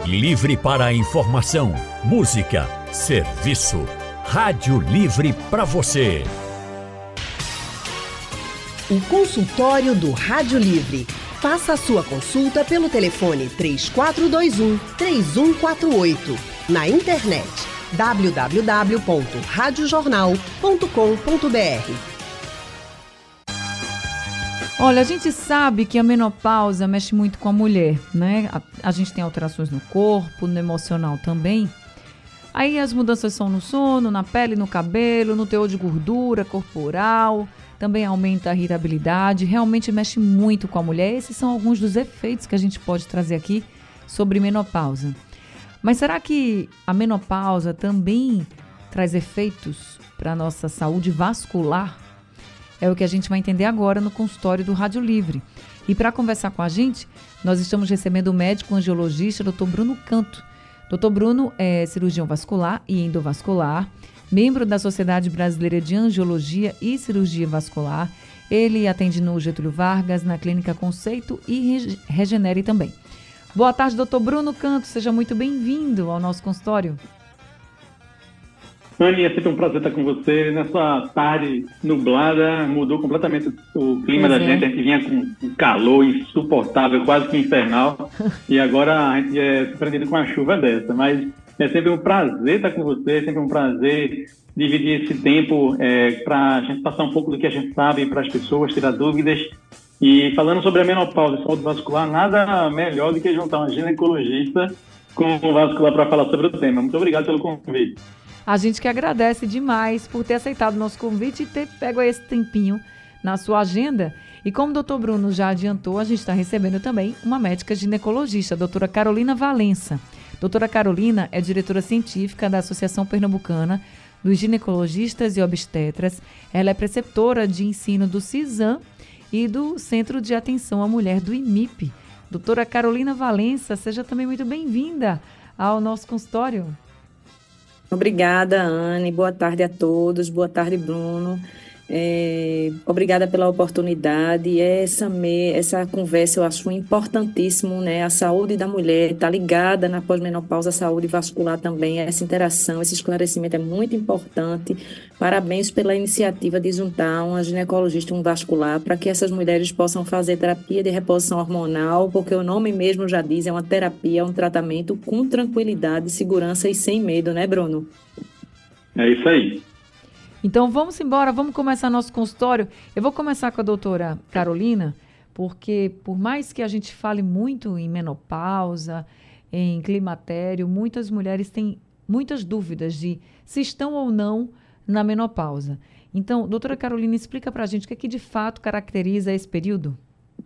Livre para informação, música, serviço. Rádio Livre para você. O consultório do Rádio Livre. Faça a sua consulta pelo telefone 3421-3148. Na internet www.radiojornal.com.br. Olha, a gente sabe que a menopausa mexe muito com a mulher, né? A gente tem alterações no corpo, no emocional também. Aí as mudanças são no sono, na pele, no cabelo, no teor de gordura corporal. Também aumenta a irritabilidade, realmente mexe muito com a mulher. Esses são alguns dos efeitos que a gente pode trazer aqui sobre menopausa. Mas será que a menopausa também traz efeitos para a nossa saúde vascular? É o que a gente vai entender agora no consultório do Rádio Livre. E para conversar com a gente, nós estamos recebendo o médico angiologista Dr. Bruno Canto. Dr. Bruno é cirurgião vascular e endovascular, membro da Sociedade Brasileira de Angiologia e Cirurgia Vascular. Ele atende no Getúlio Vargas, na Clínica Conceito e Regenere também. Boa tarde, doutor Bruno Canto. Seja muito bem-vindo ao nosso consultório. Anny, é sempre um prazer estar com você. Nessa tarde nublada, mudou completamente o clima da gente. A gente vinha com um calor insuportável, quase que infernal. E agora a gente é surpreendido com uma chuva dessa. Mas é sempre um prazer estar com você, é sempre um prazer dividir esse tempo para a gente passar um pouco do que a gente sabe para as pessoas, tirar dúvidas. E falando sobre a menopausa e saúde vascular, nada melhor do que juntar um ginecologista com um vascular para falar sobre o tema. Muito obrigado pelo convite. A gente que agradece demais por ter aceitado o nosso convite e ter pego esse tempinho na sua agenda. E como o doutor Bruno já adiantou, a gente está recebendo também uma médica ginecologista, a doutora Carolina Valença. Doutora Carolina é diretora científica da Associação Pernambucana dos Ginecologistas e Obstetras. Ela é preceptora de ensino do CISAM e do Centro de Atenção à Mulher do IMIP. Doutora Carolina Valença, seja também muito bem-vinda ao nosso consultório. Obrigada, Anny. Boa tarde a todos. Boa tarde, Bruno. Obrigada pela oportunidade. Essa conversa eu acho importantíssimo, né? A saúde da mulher está ligada na pós-menopausa, a saúde vascular também. Essa interação, esse esclarecimento é muito importante. Parabéns pela iniciativa de juntar uma ginecologista e um vascular para que essas mulheres possam fazer terapia de reposição hormonal, porque o nome mesmo já diz, é uma terapia, é um tratamento com tranquilidade, segurança e sem medo, né, Bruno? É isso aí. Então vamos embora, vamos começar nosso consultório. Eu vou começar com a doutora Carolina, porque por mais que a gente fale muito em menopausa, em climatério, muitas mulheres têm muitas dúvidas de se estão ou não na menopausa. Então, doutora Carolina, explica para a gente o que é que de fato caracteriza esse período.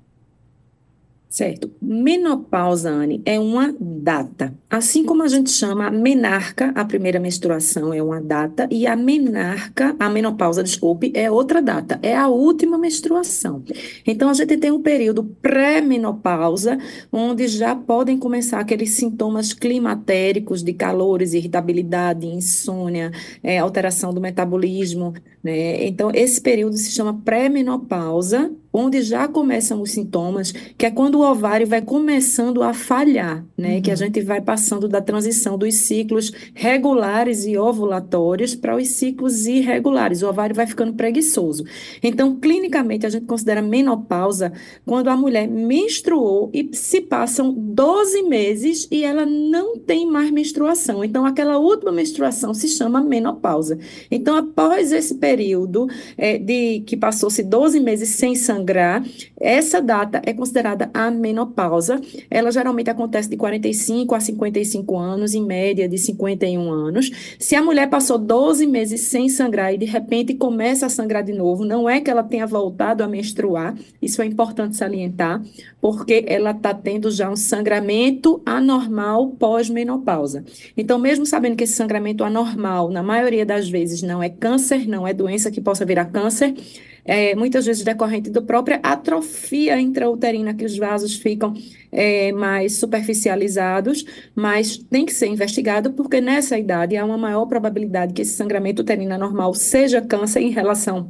Certo. Menopausa, Anny, é uma data. Assim como a gente chama a menarca, a primeira menstruação é uma data, e a menopausa, desculpe, é outra data, é a última menstruação. Então, a gente tem um período pré-menopausa, onde já podem começar aqueles sintomas climatéricos de calores, irritabilidade, insônia, alteração do metabolismo, né? Então, esse período se chama pré-menopausa, onde já começam os sintomas, que é quando o ovário vai começando a falhar, né? Que a gente vai passando da transição dos ciclos regulares e ovulatórios para os ciclos irregulares. O ovário vai ficando preguiçoso. Então, clinicamente, a gente considera menopausa quando a mulher menstruou e se passam 12 meses e ela não tem mais menstruação. Então, aquela última menstruação se chama menopausa. Então, após esse período de que passou-se 12 meses sem sangrar, essa data é considerada a menopausa. Ela geralmente acontece de 45 a 55 anos, em média de 51 anos. Se a mulher passou 12 meses sem sangrar e de repente começa a sangrar de novo, não é que ela tenha voltado a menstruar, isso é importante salientar, porque ela está tendo já um sangramento anormal pós-menopausa. Então, mesmo sabendo que esse sangramento anormal, na maioria das vezes, não é câncer, não é doença que possa virar câncer, muitas vezes decorrente da própria atrofia intrauterina, que os vasos ficam mais superficializados, mas tem que ser investigado, porque nessa idade há uma maior probabilidade que esse sangramento uterino anormal seja câncer em relação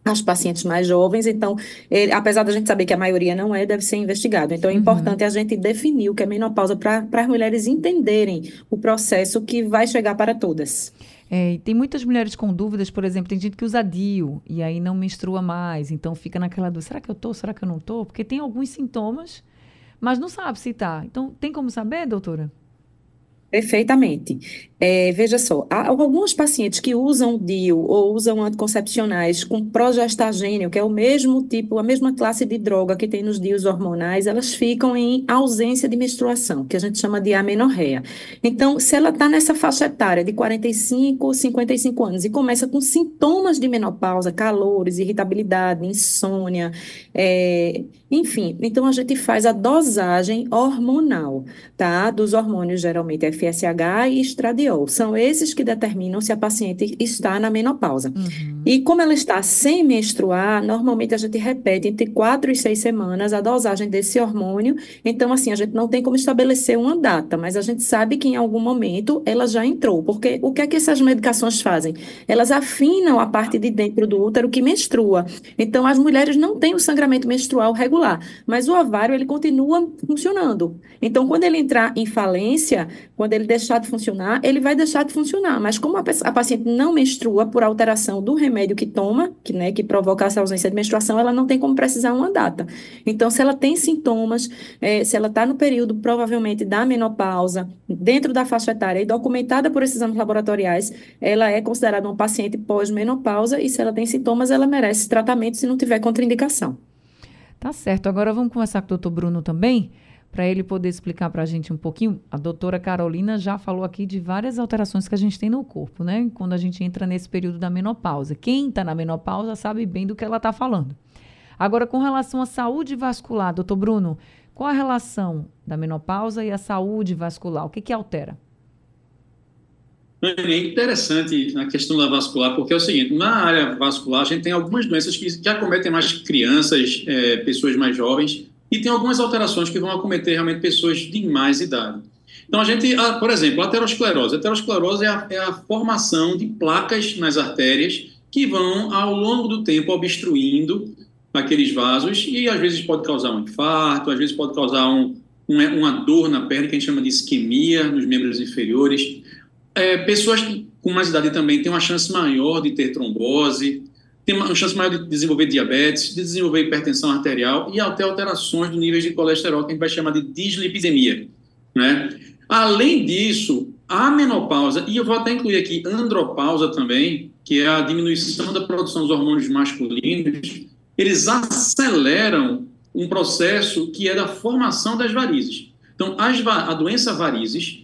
as pacientes mais jovens, então, apesar da gente saber que a maioria não é, deve ser investigado. Então, é importante a gente definir o que é menopausa para as mulheres entenderem o processo que vai chegar para todas. E tem muitas mulheres com dúvidas, por exemplo, tem gente que usa DIU e aí não menstrua mais, então fica naquela dúvida, será que eu tô, será que eu não tô? Porque tem alguns sintomas, mas não sabe se tá. Então, tem como saber, doutora? Perfeitamente. Veja só, há alguns pacientes que usam DIU ou usam anticoncepcionais com progestagênio, que é o mesmo tipo, a mesma classe de droga que tem nos DIUs hormonais, elas ficam em ausência de menstruação, que a gente chama de amenorreia. Então, se ela está nessa faixa etária de 45, 55 anos e começa com sintomas de menopausa, calores, irritabilidade, insônia, enfim, então a gente faz a dosagem hormonal, tá? Dos hormônios, geralmente FSH e estradiol. São esses que determinam se a paciente está na menopausa. E como ela está sem menstruar, normalmente a gente repete entre 4 e 6 semanas a dosagem desse hormônio. Então, assim, a gente não tem como estabelecer uma data, mas a gente sabe que em algum momento ela já entrou. Porque o que é que essas medicações fazem? Elas afinam a parte de dentro do útero que menstrua. Então, as mulheres não têm o sangramento menstrual regular, mas o ovário, ele continua funcionando. Então, quando ele entrar em falência, quando ele deixar de funcionar, ele vai deixar de funcionar. Mas como a paciente não menstrua por alteração do remédio que toma, que provoca essa ausência de menstruação, ela não tem como precisar uma data. Então, se ela tem sintomas, se ela está no período, provavelmente, da menopausa, dentro da faixa etária e documentada por esses exames laboratoriais, ela é considerada uma paciente pós-menopausa e se ela tem sintomas, ela merece tratamento se não tiver contraindicação. Tá certo. Agora vamos conversar com o doutor Bruno também, para ele poder explicar para a gente um pouquinho. A doutora Carolina já falou aqui de várias alterações que a gente tem no corpo, né? Quando a gente entra nesse período da menopausa. Quem está na menopausa sabe bem do que ela está falando. Agora, com relação à saúde vascular, doutor Bruno, qual a relação da menopausa e a saúde vascular? O que altera? É interessante a questão da vascular, porque é o seguinte, na área vascular a gente tem algumas doenças que já acometem mais crianças, pessoas mais jovens, e tem algumas alterações que vão acometer realmente pessoas de mais idade. Então a gente, por exemplo, a aterosclerose. A aterosclerose é a formação de placas nas artérias que vão ao longo do tempo obstruindo aqueles vasos e às vezes pode causar um infarto, às vezes pode causar uma dor na perna que a gente chama de isquemia nos membros inferiores. Pessoas com mais idade também têm uma chance maior de ter trombose, tem uma chance maior de desenvolver diabetes, de desenvolver hipertensão arterial e até alterações do nível de colesterol, que a gente vai chamar de dislipidemia, né? Além disso, a menopausa, e eu vou até incluir aqui andropausa também, que é a diminuição da produção dos hormônios masculinos, eles aceleram um processo que é da formação das varizes. Então, a doença varizes,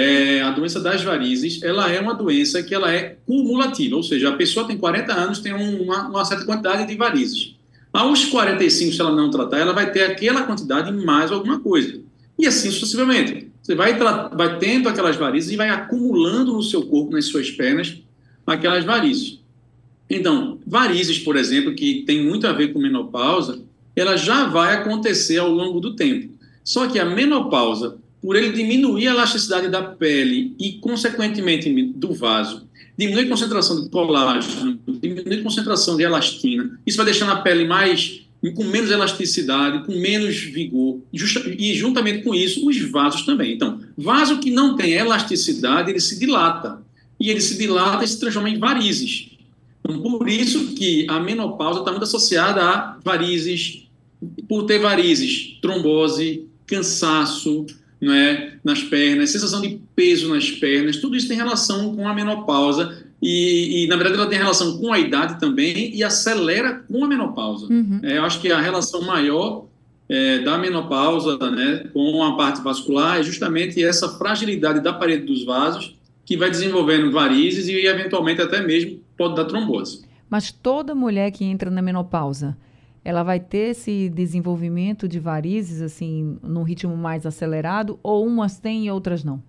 a doença das varizes, ela é uma doença que ela é cumulativa, ou seja, a pessoa tem 40 anos, tem uma certa quantidade de varizes. Aos 45, se ela não tratar, ela vai ter aquela quantidade e mais alguma coisa. E assim sucessivamente. Você vai tendo aquelas varizes e vai acumulando no seu corpo, nas suas pernas, aquelas varizes. Então, varizes, por exemplo, que tem muito a ver com menopausa, ela já vai acontecer ao longo do tempo. Só que a menopausa, por ele diminuir a elasticidade da pele e, consequentemente, do vaso, diminuir a concentração de colágeno, diminuir a concentração de elastina, isso vai deixando a pele com menos elasticidade, com menos vigor, e juntamente com isso, os vasos também. Então, vaso que não tem elasticidade, ele se dilata, e ele se dilata e se transforma em varizes. Então, por isso que a menopausa está muito associada a varizes, por ter varizes, trombose, cansaço, não é, nas pernas, sensação de peso nas pernas, tudo isso tem relação com a menopausa e na verdade, ela tem relação com a idade também e acelera com a menopausa. Eu acho que a relação maior da menopausa, né, com a parte vascular é justamente essa fragilidade da parede dos vasos que vai desenvolvendo varizes e eventualmente até mesmo pode dar trombose. Mas toda mulher que entra na menopausa, ela vai ter esse desenvolvimento de varizes, assim, num ritmo mais acelerado, ou umas têm e outras não?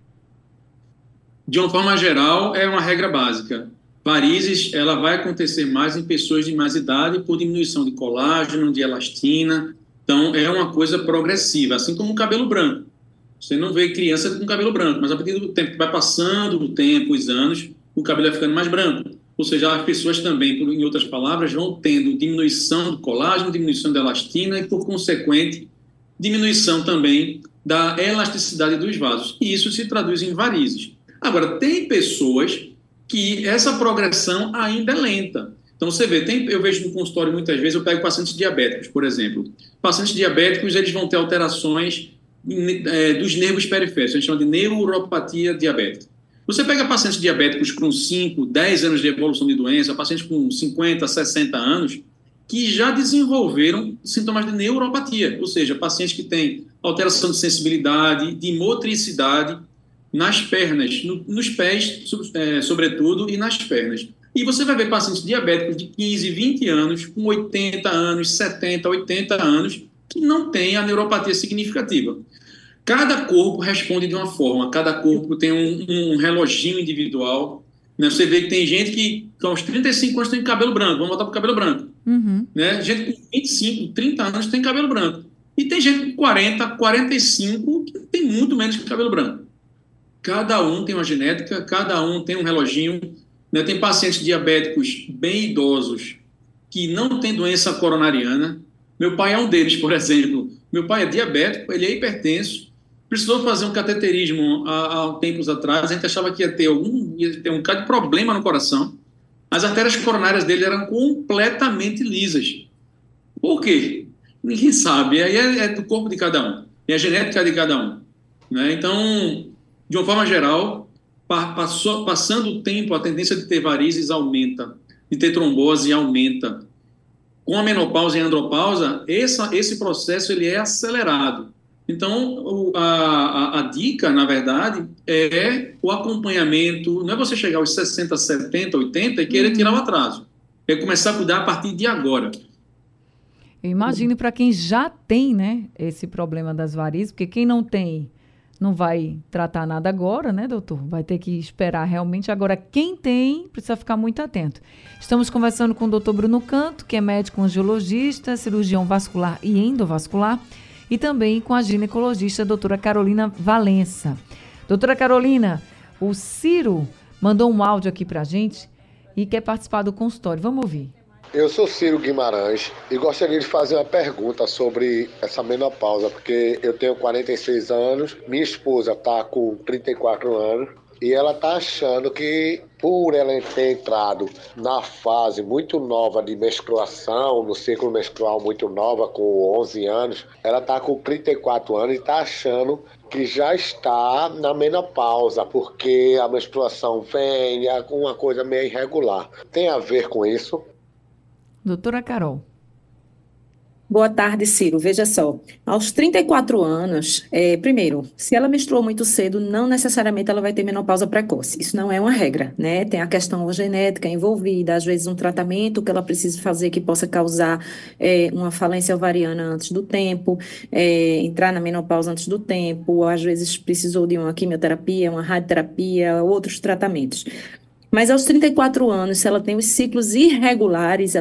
De uma forma geral, é uma regra básica. Varizes, ela vai acontecer mais em pessoas de mais idade por diminuição de colágeno, de elastina. Então, é uma coisa progressiva, assim como o cabelo branco. Você não vê criança com cabelo branco, mas a partir do tempo que vai passando o tempo, os anos, o cabelo vai ficando mais branco. ou seja, as pessoas também, em outras palavras, vão tendo diminuição do colágeno, diminuição da elastina e, por consequente, diminuição também da elasticidade dos vasos. E isso se traduz em varizes. Agora, tem pessoas que essa progressão ainda é lenta. Então, você vê, eu vejo no consultório muitas vezes, eu pego pacientes diabéticos, por exemplo. Pacientes diabéticos, eles vão ter alterações dos nervos periféricos, a gente chama de neuropatia diabética. Você pega pacientes diabéticos com 5, 10 anos de evolução de doença, pacientes com 50, 60 anos, que já desenvolveram sintomas de neuropatia, ou seja, pacientes que têm alteração de sensibilidade, de motricidade nas pernas, nos pés, sobretudo, e nas pernas. E você vai ver pacientes diabéticos de 15, 20 anos, com 80 anos, 70, 80 anos, que não têm a neuropatia significativa. Cada corpo responde de uma forma, cada corpo tem um reloginho individual. Né? Você vê que tem gente que aos 35 anos tem cabelo branco, vamos voltar para o cabelo branco. Uhum. Né? Gente com 25, 30 anos tem cabelo branco. E tem gente com 40, 45 que tem muito menos que cabelo branco. Cada um tem uma genética, cada um tem um reloginho. Né? Tem pacientes diabéticos bem idosos que não têm doença coronariana. Meu pai é um deles, por exemplo. Meu pai é diabético, ele é hipertenso, precisou fazer um cateterismo há tempos atrás. A gente achava que ia ter um bocado de problema no coração. As artérias coronárias dele eram completamente lisas. Por quê? Ninguém sabe. Aí é do corpo de cada um. É a genética de cada um. Né? Então, de uma forma geral, passando o tempo, a tendência de ter varizes aumenta, de ter trombose aumenta. Com a menopausa e a andropausa, esse processo ele é acelerado. Então, a dica, na verdade, é o acompanhamento. Não é você chegar aos 60, 70, 80 e querer tirar o atraso. É começar a cuidar a partir de agora. Eu imagino para quem já tem, né, esse problema das varizes, porque quem não tem não vai tratar nada agora, né, doutor? Vai ter que esperar realmente. Agora, quem tem, precisa ficar muito atento. Estamos conversando com o doutor Bruno Canto, que é médico angiologista, cirurgião vascular e endovascular, e também com a ginecologista, a doutora Carolina Valença. Doutora Carolina, o Ciro mandou um áudio aqui pra gente e quer participar do consultório. Vamos ouvir. Eu sou Ciro Guimarães e gostaria de fazer uma pergunta sobre essa menopausa, porque eu tenho 46 anos, minha esposa está com 34 anos e ela está achando que, por ela ter entrado na fase muito nova de menstruação, no ciclo menstrual muito nova, com 11 anos, ela está com 34 anos e está achando que já está na menopausa, porque a menstruação vem com uma coisa meio irregular. Tem a ver com isso? Doutora Carol. Boa tarde, Ciro. Veja só, aos 34 anos, primeiro, se ela menstruou muito cedo, não necessariamente ela vai ter menopausa precoce. Isso não é uma regra, né? Tem a questão genética envolvida, às vezes um tratamento que ela precisa fazer que possa causar uma falência ovariana antes do tempo, entrar na menopausa antes do tempo, ou às vezes precisou de uma quimioterapia, uma radioterapia, outros tratamentos. Mas aos 34 anos, se ela tem os ciclos irregulares,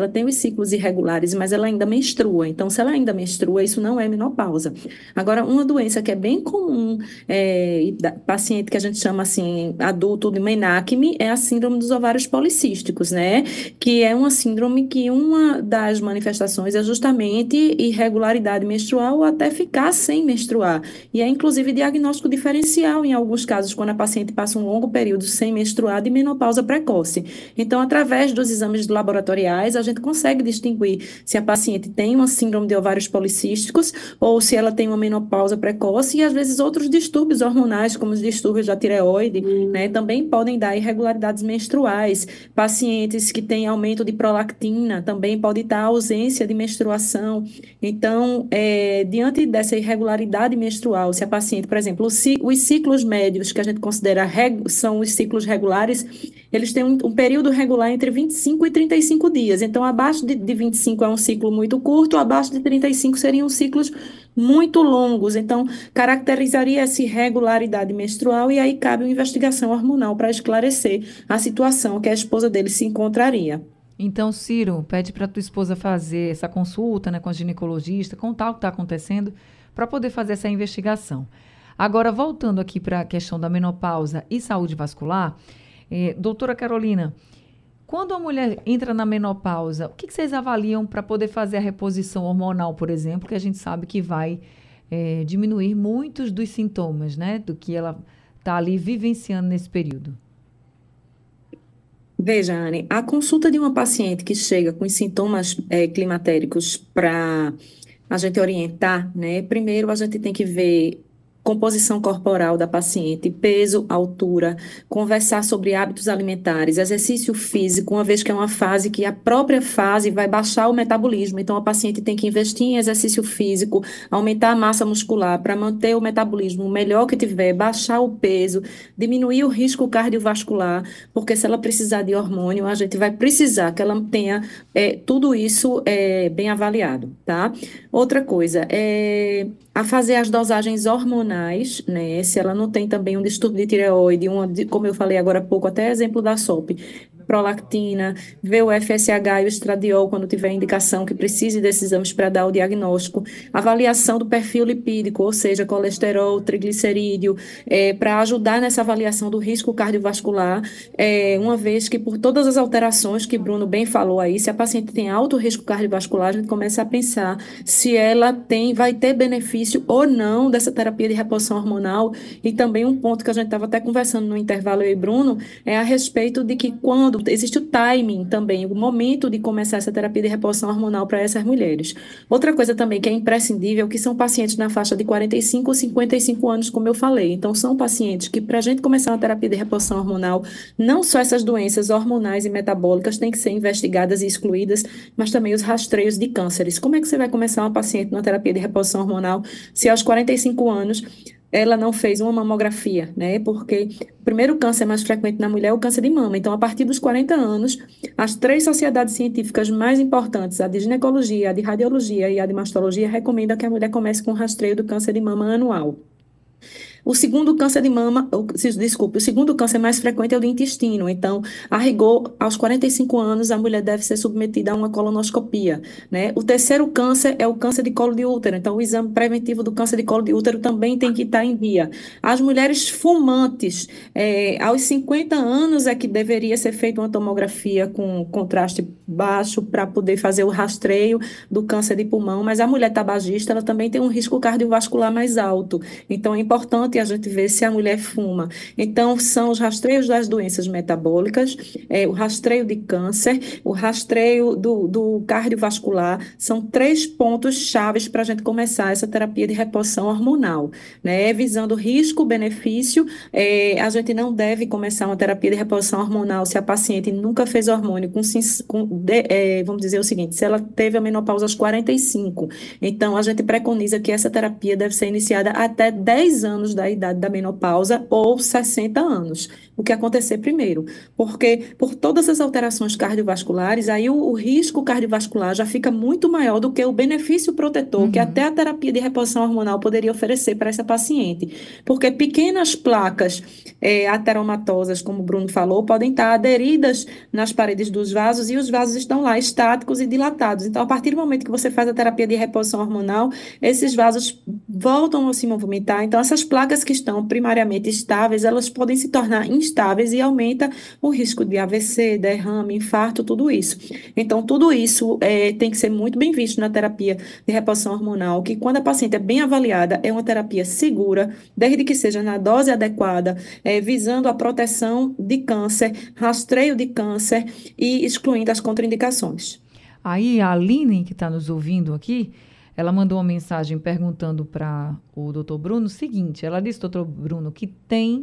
mas ela ainda menstrua. Então, se ela ainda menstrua, isso não é menopausa. Agora, uma doença que é bem comum, paciente que a gente chama assim, adulto de menacme, é a síndrome dos ovários policísticos, né? Que é uma síndrome que uma das manifestações é justamente irregularidade menstrual ou até ficar sem menstruar. E é, inclusive, diagnóstico diferencial em alguns casos, quando a paciente passa um longo período sem menstruar de menopausa precoce. Então, através dos exames laboratoriais, a gente consegue distinguir se a paciente tem uma síndrome de ovários policísticos ou se ela tem uma menopausa precoce e, às vezes, outros distúrbios hormonais, como os distúrbios da tireoide, né, também podem dar irregularidades menstruais. Pacientes que têm aumento de prolactina também pode dar ausência de menstruação. Então, diante dessa irregularidade menstrual, se a paciente, por exemplo, os ciclos médios que a gente considera são os ciclos regulares, eles têm um período regular entre 25 e 35 dias. Então, abaixo de 25 é um ciclo muito curto, abaixo de 35 seriam ciclos muito longos. Então, caracterizaria essa irregularidade menstrual e aí cabe uma investigação hormonal para esclarecer a situação que a esposa dele se encontraria. Então, Ciro, pede para tua esposa fazer essa consulta, né, com a ginecologista, contar o que está acontecendo, para poder fazer essa investigação. Agora, voltando aqui para a questão da menopausa e saúde vascular, doutora Carolina, Quando a mulher entra na menopausa, o que vocês avaliam para poder fazer a reposição hormonal, por exemplo, que a gente sabe que vai diminuir muitos dos sintomas, né, do que ela está ali vivenciando nesse período? Veja, Anne, a consulta de uma paciente que chega com os sintomas climatéricos para a gente orientar, né? Primeiro a gente tem que ver composição corporal da paciente, peso, altura, conversar sobre hábitos alimentares, exercício físico, uma vez que é uma fase que a própria fase vai baixar o metabolismo. Então, a paciente tem que investir em exercício físico, aumentar a massa muscular para manter o metabolismo o melhor que tiver, baixar o peso, diminuir o risco cardiovascular, porque se ela precisar de hormônio, a gente vai precisar que ela tenha tudo isso bem avaliado, tá? Outra coisa, a fazer as dosagens hormonais, né? Se ela não tem também um distúrbio de tireoide, como eu falei agora há pouco, até exemplo da SOP, prolactina, ver o FSH e o estradiol quando tiver indicação que precise desses exames para dar o diagnóstico, avaliação do perfil lipídico, ou seja, colesterol, triglicerídeo, para ajudar nessa avaliação do risco cardiovascular, uma vez que por todas as alterações que Bruno bem falou aí, se a paciente tem alto risco cardiovascular, a gente começa a pensar se ela vai ter benefício ou não dessa terapia de reposição hormonal. E também um ponto que a gente estava até conversando no intervalo, eu e Bruno, é a respeito de que quando existe o timing também, o momento de começar essa terapia de reposição hormonal para essas mulheres. Outra coisa também que é imprescindível, que são pacientes na faixa de 45 ou 55 anos, como eu falei. Então, são pacientes que, para a gente começar uma terapia de reposição hormonal, não só essas doenças hormonais e metabólicas têm que ser investigadas e excluídas, mas também os rastreios de cânceres. Como é que você vai começar uma paciente numa terapia de reposição hormonal se aos 45 anos ela não fez uma mamografia, né? Porque o primeiro câncer mais frequente na mulher é o câncer de mama. Então, a partir dos 40 anos, as 3 sociedades científicas mais importantes, a de ginecologia, a de radiologia e a de mastologia, recomendam que a mulher comece com o rastreio do câncer de mama anual. O segundo câncer de mama, o segundo câncer mais frequente é o do intestino. Então, a rigor, aos 45 anos, a mulher deve ser submetida a uma colonoscopia, né? O terceiro câncer é o câncer de colo de útero. Então, o exame preventivo do câncer de colo de útero também tem que estar em dia. As mulheres fumantes, aos 50 anos é que deveria ser feita uma tomografia com contraste baixo para poder fazer o rastreio do câncer de pulmão, mas a mulher tabagista, ela também tem um risco cardiovascular mais alto. Então, é importante a gente ver se a mulher fuma. Então, são os rastreios das doenças metabólicas, o rastreio de câncer, o rastreio do cardiovascular, são 3 pontos chaves para a gente começar essa terapia de reposição hormonal, né? Visando risco-benefício, a gente não deve começar uma terapia de reposição hormonal se a paciente nunca fez hormônio, vamos dizer o seguinte, se ela teve a menopausa aos 45, então a gente preconiza que essa terapia deve ser iniciada até 10 anos da idade da menopausa ou 60 anos, o que acontecer primeiro, porque por todas as alterações cardiovasculares, aí o risco cardiovascular já fica muito maior do que o benefício protetor que até a terapia de reposição hormonal poderia oferecer para essa paciente, porque pequenas placas ateromatosas, como o Bruno falou, podem estar aderidas nas paredes dos vasos e os vasos estão lá estáticos e dilatados. Então, a partir do momento que você faz a terapia de reposição hormonal, esses vasos voltam a se movimentar. Então, essas placas que estão primariamente estáveis, elas podem se tornar instáveis e aumenta o risco de AVC, derrame, infarto, tudo isso. Então, tudo isso tem que ser muito bem visto na terapia de reposição hormonal, que quando a paciente é bem avaliada, é uma terapia segura, desde que seja na dose adequada, visando a proteção de câncer, rastreio de câncer e excluindo as contraindicações. Aí, a Aline, que está nos ouvindo aqui, ela mandou uma mensagem perguntando para o doutor Bruno o seguinte, ela disse, doutor Bruno, que tem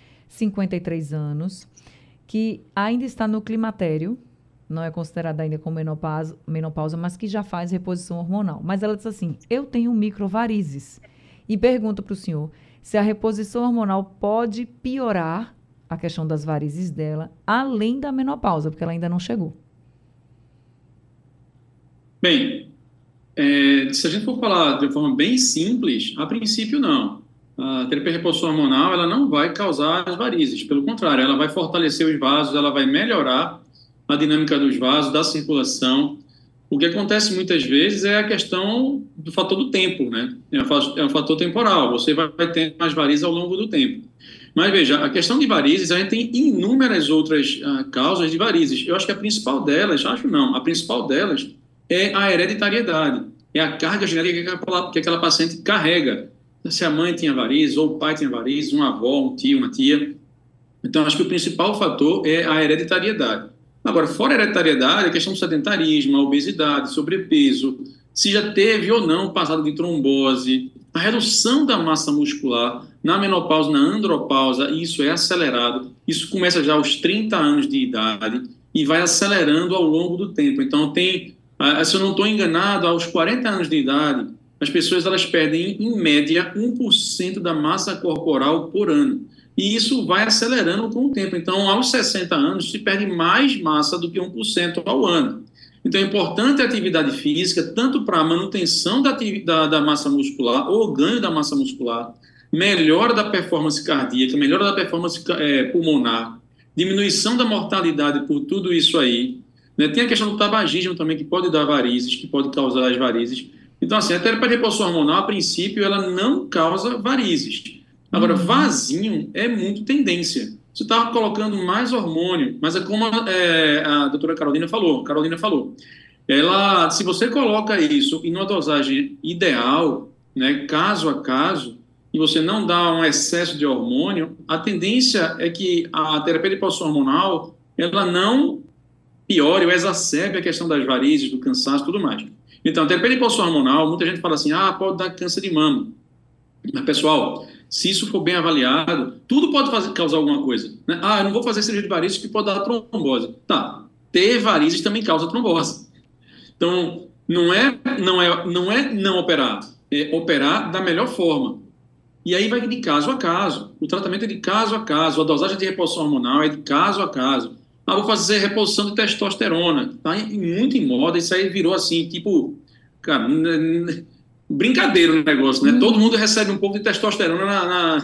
53 anos, que ainda está no climatério, não é considerada ainda como menopausa, mas que já faz reposição hormonal. Mas ela disse assim, eu tenho microvarizes. E pergunta para o senhor se a reposição hormonal pode piorar a questão das varizes dela, além da menopausa, porque ela ainda não chegou. Bem, se a gente for falar de forma bem simples, a princípio não. A terapia de reposição hormonal ela não vai causar as varizes, pelo contrário, ela vai fortalecer os vasos, ela vai melhorar a dinâmica dos vasos, da circulação. O que acontece muitas vezes é a questão do fator do tempo, né? É um fator temporal, você vai ter mais varizes ao longo do tempo. Mas veja, a questão de varizes, a gente tem inúmeras outras causas de varizes. Eu acho que a principal delas, a principal delas é a hereditariedade, é a carga genética que aquela paciente carrega. Se a mãe tinha varizes, ou o pai tinha varizes, uma avó, um tio, uma tia. Então, acho que o principal fator é a hereditariedade. Agora, fora a hereditariedade, a questão do sedentarismo, a obesidade, sobrepeso, se já teve ou não passado de trombose, a redução da massa muscular na menopausa, na andropausa, isso é acelerado, isso começa já aos 30 anos de idade e vai acelerando ao longo do tempo. Então, se eu não estou enganado, aos 40 anos de idade, as pessoas elas perdem, em média, 1% da massa corporal por ano. E isso vai acelerando com o tempo. Então, aos 60 anos, se perde mais massa do que 1% ao ano. Então, é importante a atividade física, tanto para a manutenção da massa muscular, ou ganho da massa muscular, melhora da performance cardíaca, melhora da performance pulmonar, diminuição da mortalidade por tudo isso aí. Né? Tem a questão do tabagismo também, que pode dar varizes, que pode causar as varizes. Então, assim, a terapia de reposição hormonal, a princípio, ela não causa varizes. Agora, vasinho é muito tendência. Você está colocando mais hormônio, mas é como a doutora Carolina falou. Se você coloca isso em uma dosagem ideal, né, caso a caso, e você não dá um excesso de hormônio, a tendência é que a terapia de reposição hormonal ela não piore ou exacerbe a questão das varizes, do cansaço e tudo mais. Então, a terapia de reposição hormonal, muita gente fala assim, pode dar câncer de mama. Mas, pessoal, se isso for bem avaliado, tudo pode causar alguma coisa. Né? Eu não vou fazer cirurgia de varizes que pode dar trombose. Tá, ter varizes também causa trombose. Então, não é não operar, é operar da melhor forma. E aí vai de caso a caso. O tratamento é de caso a caso, a dosagem de reposição hormonal é de caso a caso. Vou fazer reposição de testosterona. Tá muito em moda, isso aí virou assim, tipo, cara, brincadeira o negócio, né? Todo mundo recebe um pouco de testosterona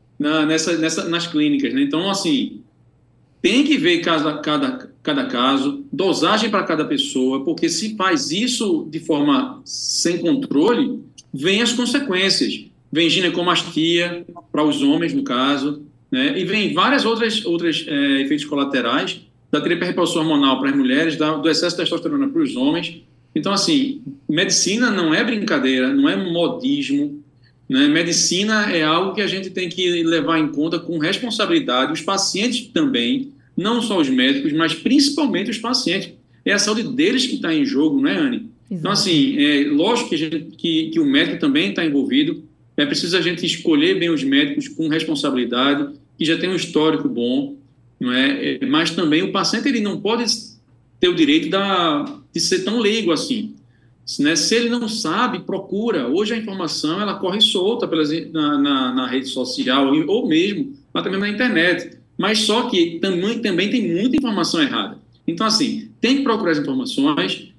nas clínicas, né? Então, assim, tem que ver cada caso, dosagem para cada pessoa, porque se faz isso de forma sem controle, vem as consequências. Vem ginecomastia para os homens, no caso, né? E vem várias outras efeitos colaterais da terapia reposição hormonal para as mulheres, do excesso de testosterona para os homens. Então, assim, medicina não é brincadeira, não é modismo, né? Medicina é algo que a gente tem que levar em conta com responsabilidade, os pacientes também, não só os médicos, mas principalmente os pacientes. É a saúde deles que está em jogo, não é, Anne? Exato. Então, assim, lógico que o médico também está envolvido, é preciso a gente escolher bem os médicos com responsabilidade, que já tem um histórico bom, não é? Mas também o paciente ele não pode ter o direito de ser tão leigo assim. Né? Se ele não sabe, procura. Hoje a informação ela corre solta na rede social ou mesmo até mesmo na internet. Mas só que também tem muita informação errada. Então, assim, tem que procurar as informações,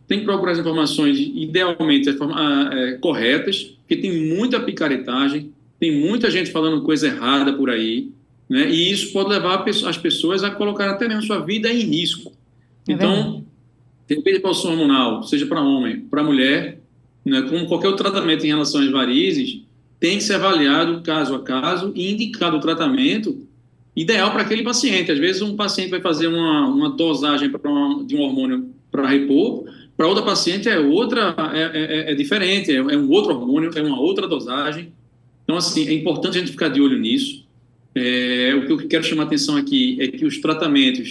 idealmente corretas, porque tem muita picaretagem, tem muita gente falando coisa errada por aí, né? E isso pode levar as pessoas a colocar até mesmo sua vida em risco. Então, terapia de reposição hormonal, seja para homem, para mulher, né, como qualquer outro tratamento em relação às varizes, tem que ser avaliado caso a caso e indicado o tratamento ideal para aquele paciente. Às vezes um paciente vai fazer uma dosagem de um hormônio para repor, para outra paciente é diferente, é um outro hormônio, é uma outra dosagem. Então, assim, é importante a gente ficar de olho nisso. O que eu quero chamar a atenção aqui é que os tratamentos,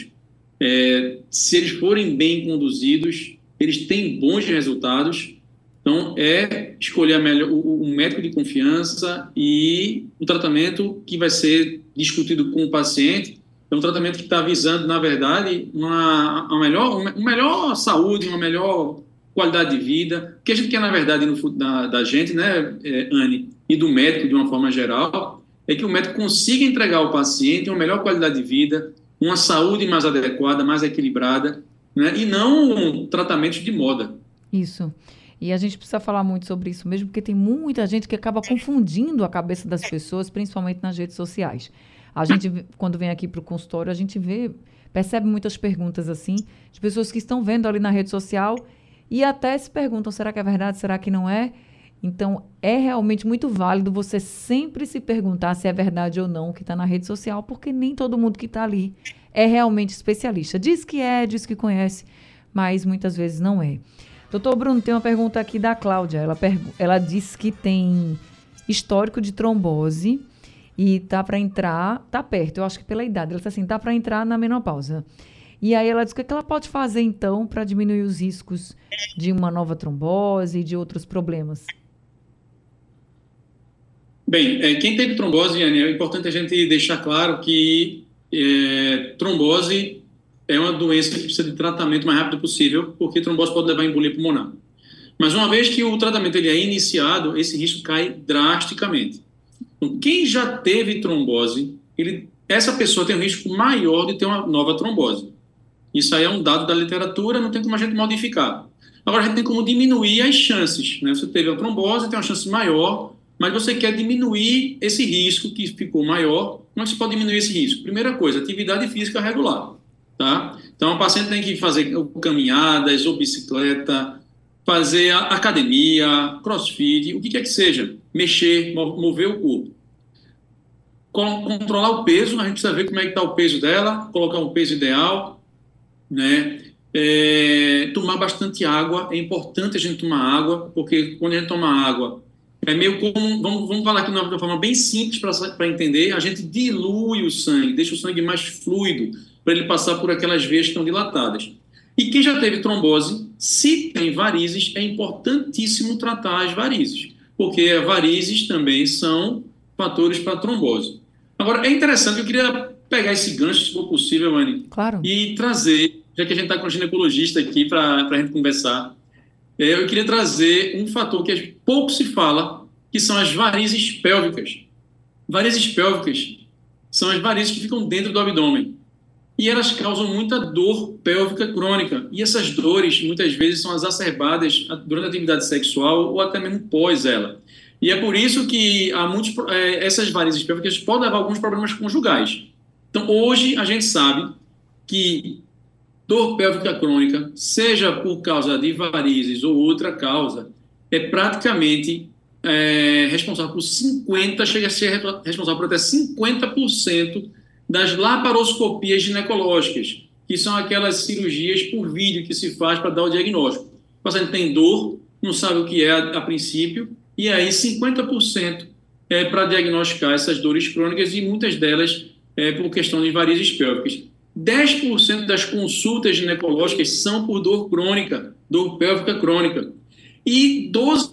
se eles forem bem conduzidos, eles têm bons resultados. Então, escolher o médico de confiança e o tratamento que vai ser discutido com o paciente. É um tratamento que está visando, na verdade, uma melhor saúde, uma melhor qualidade de vida. O que a gente quer, na verdade, da gente, né, Anne, e do médico de uma forma geral, é que o médico consiga entregar ao paciente uma melhor qualidade de vida, uma saúde mais adequada, mais equilibrada, né, e não tratamentos de moda. Isso. E a gente precisa falar muito sobre isso mesmo, porque tem muita gente que acaba confundindo a cabeça das pessoas, principalmente nas redes sociais. A gente, quando vem aqui para o consultório, a gente percebe muitas perguntas assim, de pessoas que estão vendo ali na rede social e até se perguntam, será que é verdade, será que não é? Então, é realmente muito válido você sempre se perguntar se é verdade ou não o que está na rede social, porque nem todo mundo que está ali é realmente especialista. Diz que é, diz que conhece, mas muitas vezes não é. Doutor Bruno, tem uma pergunta aqui da Cláudia. Ela diz que tem histórico de trombose e tá para entrar, tá perto, eu acho que pela idade. Ela disse assim, tá para entrar na menopausa. E aí ela diz o que ela pode fazer, então, para diminuir os riscos de uma nova trombose e de outros problemas? Bem, quem teve trombose, Yane, é importante a gente deixar claro que trombose é uma doença que precisa de tratamento o mais rápido possível, porque trombose pode levar a embolia pulmonar. Mas uma vez que o tratamento ele é iniciado, esse risco cai drasticamente. Então, quem já teve trombose, essa pessoa tem um risco maior de ter uma nova trombose. Isso aí é um dado da literatura, não tem como a gente modificar. Agora, a gente tem como diminuir as chances, né? Você teve a trombose, tem uma chance maior, mas você quer diminuir esse risco que ficou maior. Como é que você pode diminuir esse risco? Primeira coisa, atividade física regular. Tá? Então, a paciente tem que fazer caminhadas ou bicicleta, fazer academia, crossfit, o que quer que seja, mexer, mover o corpo. Controlar o peso, a gente precisa ver como é que está o peso dela, colocar um peso ideal, né? Tomar bastante água, é importante a gente tomar água, porque quando a gente toma água, é meio como, vamos falar aqui de uma forma bem simples para entender, a gente dilui o sangue, deixa o sangue mais fluido, para ele passar por aquelas veias que estão dilatadas. E quem já teve trombose, se tem varizes, é importantíssimo tratar as varizes, porque as varizes também são fatores para trombose. Agora, é interessante, eu queria pegar esse gancho, se for possível, Anny, claro, e trazer, já que a gente está com um ginecologista aqui para a gente conversar, eu queria trazer um fator que pouco se fala, que são as varizes pélvicas. Varizes pélvicas são as varizes que ficam dentro do abdômen. E elas causam muita dor pélvica crônica. E essas dores, muitas vezes, são exacerbadas durante a atividade sexual ou até mesmo pós ela. E é por isso que essas varizes pélvicas podem levar a alguns problemas conjugais. Então, hoje, a gente sabe que dor pélvica crônica, seja por causa de varizes ou outra causa, é praticamente responsável por 50%, chega a ser responsável por até 50% das laparoscopias ginecológicas, que são aquelas cirurgias por vídeo que se faz para dar o diagnóstico. O paciente tem dor, não sabe o que é a princípio, e aí 50% é para diagnosticar essas dores crônicas e muitas delas por questão de varizes pélvicas. 10% das consultas ginecológicas são por dor crônica, dor pélvica crônica. E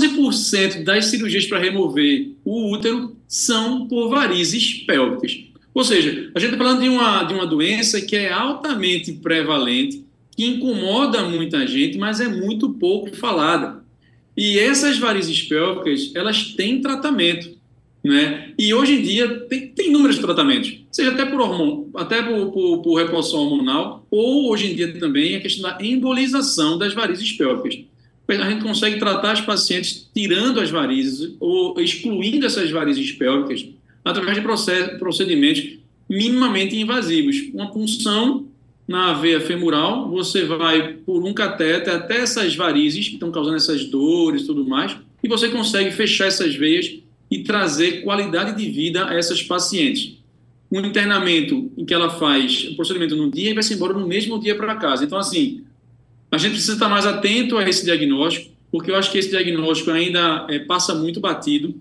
12% das cirurgias para remover o útero são por varizes pélvicas. Ou seja, a gente está falando de uma doença que é altamente prevalente, que incomoda muita gente, mas é muito pouco falada. E essas varizes pélvicas, elas têm tratamento, né? E hoje em dia tem inúmeros tratamentos, seja até por hormônio, até por reposição hormonal, ou hoje em dia também a questão da embolização das varizes pélvicas. A gente consegue tratar as pacientes tirando as varizes ou excluindo essas varizes pélvicas através de procedimentos minimamente invasivos. Uma punção na veia femoral, você vai por um catéter até essas varizes que estão causando essas dores e tudo mais, e você consegue fechar essas veias e trazer qualidade de vida a essas pacientes. Um internamento em que ela faz o procedimento num dia e vai se embora no mesmo dia para casa. Então, assim, a gente precisa estar mais atento a esse diagnóstico, porque eu acho que esse diagnóstico ainda passa muito batido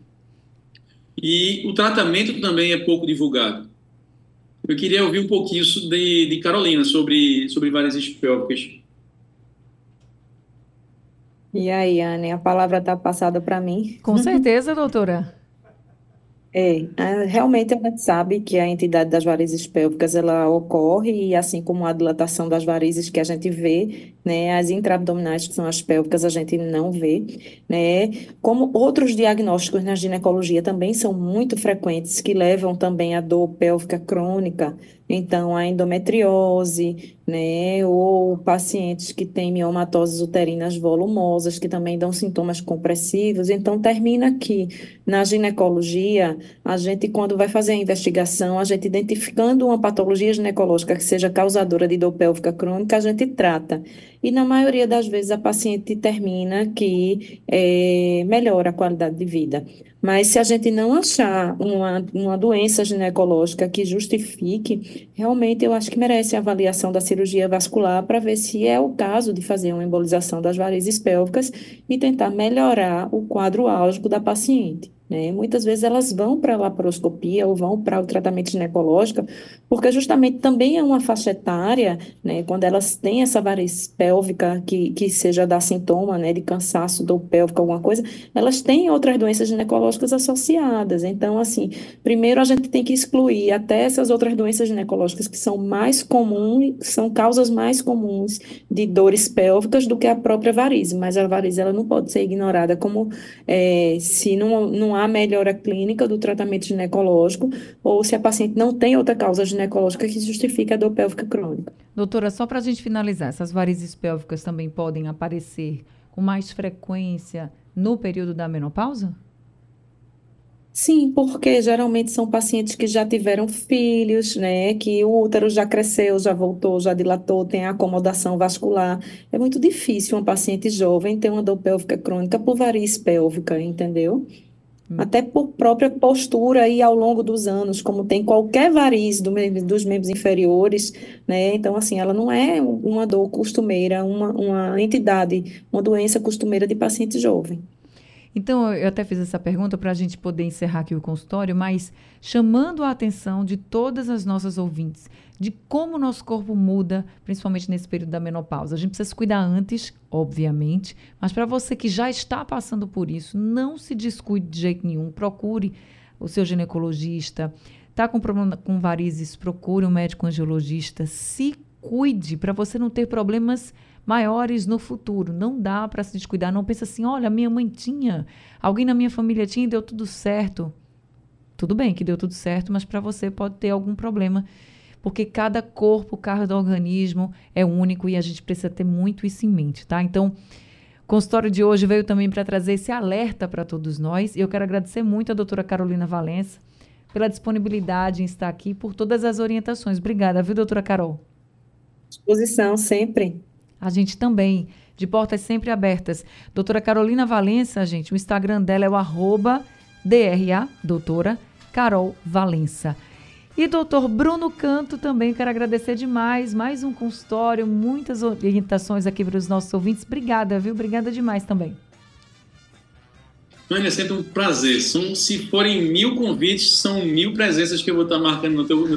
e o tratamento também é pouco divulgado. Eu queria ouvir um pouquinho de Carolina sobre varizes pélvicas. E aí, Anne, a palavra está passada para mim. Com certeza, doutora. Realmente a gente sabe que a entidade das varizes pélvicas ela ocorre e assim como a dilatação das varizes que a gente vê, né, as intraabdominais que são as pélvicas a gente não vê, né, como outros diagnósticos na ginecologia também são muito frequentes que levam também à dor pélvica crônica, então a endometriose, né, ou pacientes que têm miomatoses uterinas volumosas que também dão sintomas compressivos, então termina aqui na ginecologia. A gente, quando vai fazer a investigação, a gente identificando uma patologia ginecológica que seja causadora de dor pélvica crônica, a gente trata. e na maioria das vezes a paciente termina que melhora a qualidade de vida. Mas se a gente não achar uma doença ginecológica que justifique, realmente eu acho que merece a avaliação da cirurgia vascular para ver se é o caso de fazer uma embolização das varizes pélvicas e tentar melhorar o quadro álgico da paciente. Muitas vezes elas vão para a laparoscopia ou vão para o tratamento ginecológico, porque justamente também é uma faixa etária, quando elas têm essa variz pélvica que seja dar sintoma, de cansaço do pélvico, alguma coisa, elas têm outras doenças ginecológicas associadas. Então, assim, primeiro a gente tem que excluir até essas outras doenças ginecológicas que são mais comuns, são causas mais comuns de dores pélvicas do que a própria varize, mas a varize ela não pode ser ignorada como se não há melhora clínica do tratamento ginecológico ou se a paciente não tem outra causa ginecológica que justifique a dor pélvica crônica. Doutora, só para a gente finalizar, essas varizes pélvicas também podem aparecer com mais frequência no período da menopausa? Sim, porque geralmente são pacientes que já tiveram filhos, que o útero já cresceu, já voltou, já dilatou, tem a acomodação vascular. É muito difícil uma paciente jovem ter uma dor pélvica crônica por variz pélvica, entendeu? Até por própria postura aí ao longo dos anos, como tem qualquer variz dos membros inferiores, Então, assim, ela não é uma dor costumeira, uma entidade, uma doença costumeira de paciente jovem. Então, eu até fiz essa pergunta para a gente poder encerrar aqui o consultório, mas chamando a atenção de todas as nossas ouvintes, de como o nosso corpo muda, principalmente nesse período da menopausa. A gente precisa se cuidar antes, obviamente, mas para você que já está passando por isso, não se descuide de jeito nenhum, procure o seu ginecologista. Está com problema com varizes, procure um médico angiologista, se cuide para você não ter problemas maiores no futuro. Não dá para se descuidar. Não pensa assim, olha, minha mãe tinha, alguém na minha família tinha e deu tudo certo. Tudo bem que deu tudo certo, mas para você pode ter algum problema, porque cada corpo, cada organismo é único e a gente precisa ter muito isso em mente, tá? Então, o consultório de hoje veio também para trazer esse alerta para todos nós. E eu quero agradecer muito a doutora Carolina Valença pela disponibilidade em estar aqui, por todas as orientações. Obrigada, viu, doutora Carol? Disposição sempre. A gente também, de portas sempre abertas. Doutora Carolina Valença, gente, o Instagram dela é o @DRA, doutora Carol Valença. E doutor Bruno Canto também, quero agradecer demais. Mais um consultório, muitas orientações aqui para os nossos ouvintes. Obrigada, viu? Obrigada demais também. Mãe, é sempre um prazer. Se forem 1000 convites, são 1000 presenças que eu vou estar marcando no teu...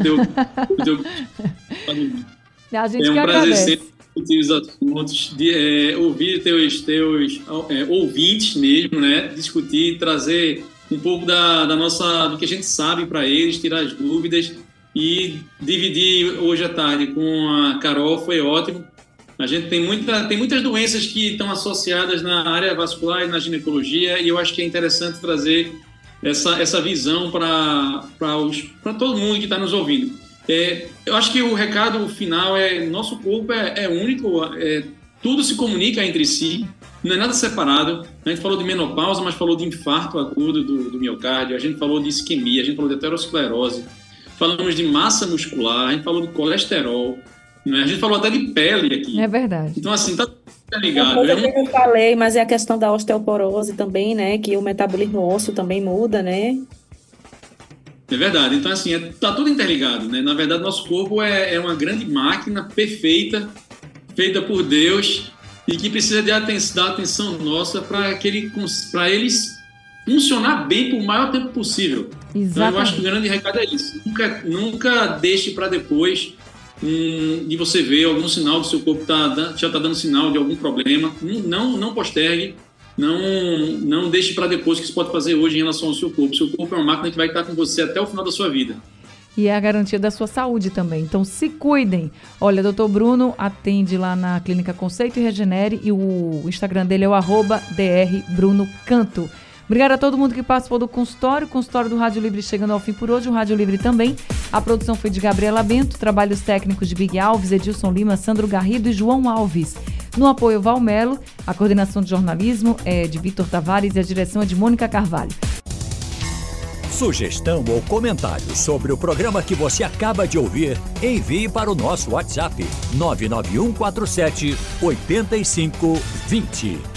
A gente é um que prazer agradece. sempre discutir os assuntos, ouvir teus ouvintes mesmo, discutir, trazer um pouco do que a gente sabe para eles, tirar as dúvidas, e dividir hoje à tarde com a Carol foi ótimo. A gente tem muitas doenças que estão associadas na área vascular e na ginecologia, e eu acho que é interessante trazer essa visão para todo mundo que está nos ouvindo. Eu acho que o recado final nosso corpo é único, tudo se comunica entre si, não é nada separado. A gente falou de menopausa, mas falou de infarto agudo do miocárdio, a gente falou de isquemia, a gente falou de aterosclerose, falamos de massa muscular, a gente falou de colesterol, a gente falou até de pele aqui. É verdade. Então, assim, tá ligado. Eu falei, mas é a questão da osteoporose também, que o metabolismo ósseo também muda, É verdade. Então, assim, tá tudo interligado, Na verdade, nosso corpo é uma grande máquina perfeita, feita por Deus, e que precisa da atenção nossa para eles funcionar bem por o maior tempo possível. Exatamente. Então, eu acho que o grande recado é isso. Nunca deixe para depois de você ver algum sinal que o seu corpo já está dando sinal de algum problema. Não postergue. Não deixe para depois o que você pode fazer hoje em relação ao seu corpo. O seu corpo é uma máquina que vai estar com você até o final da sua vida. E é a garantia da sua saúde também. Então, se cuidem. Olha, doutor Bruno atende lá na Clínica Conceito e Regenere, e o Instagram dele é o @drbrunocanto. Obrigada a todo mundo que participou do consultório. O consultório do Rádio Livre chegando ao fim por hoje. O Rádio Livre também. A produção foi de Gabriela Bento, trabalhos técnicos de Big Alves, Edilson Lima, Sandro Garrido e João Alves. No apoio, Valmelo. A coordenação de jornalismo é de Vitor Tavares e a direção é de Mônica Carvalho. Sugestão ou comentário sobre o programa que você acaba de ouvir, envie para o nosso WhatsApp 99147 8520.